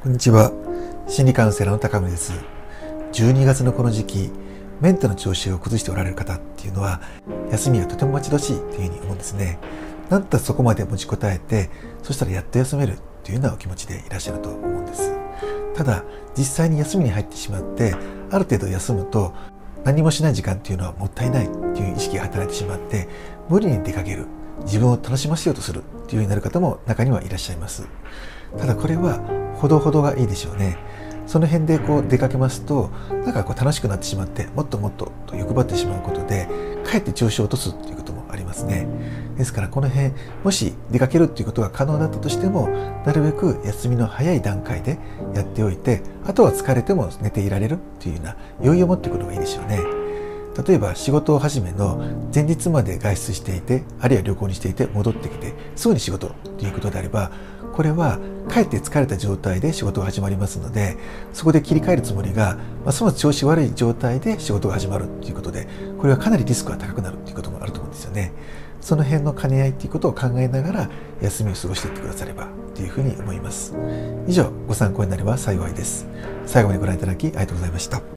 こんにちは。心理カウンセラーの高見です。12月のこの時期、メンタルの調子を崩しておられる方っていうのは、休みがとても待ち遠しいというふうに思うんですね。なんとかそこまで持ちこたえて、そしたらやっと休めるというようなお気持ちでいらっしゃると思うんです。ただ、実際に休みに入ってしまって、ある程度休むと、何もしない時間っていうのはもったいないっていう意識が働いてしまって、無理に出かける、自分を楽しませようとするっていうようになる方も中にはいらっしゃいます。ただこれはほどほどがいいでしょうね。その辺で出かけますと、楽しくなってしまって、もっともっとと欲張ってしまうことで、かえって調子を落とすっていうこともありますね。ですからこの辺、もし出かけるっていうことが可能だったとしても、なるべく休みの早い段階でやっておいて、あとは疲れても寝ていられるっていうような余裕を持っていくのがいいでしょうね。例えば仕事始めの前日まで外出していて、あるいは旅行にしていて戻ってきてすぐに仕事ということであれば、これはかえって疲れた状態で仕事が始まりますので、そこで切り替えるつもりが、その調子悪い状態で仕事が始まるということで、これはかなりリスクが高くなるということもあると思うんですよね。その辺の兼ね合いということを考えながら休みを過ごしていってくださればというふうに思います。以上、ご参考になれば幸いです。最後までご覧いただきありがとうございました。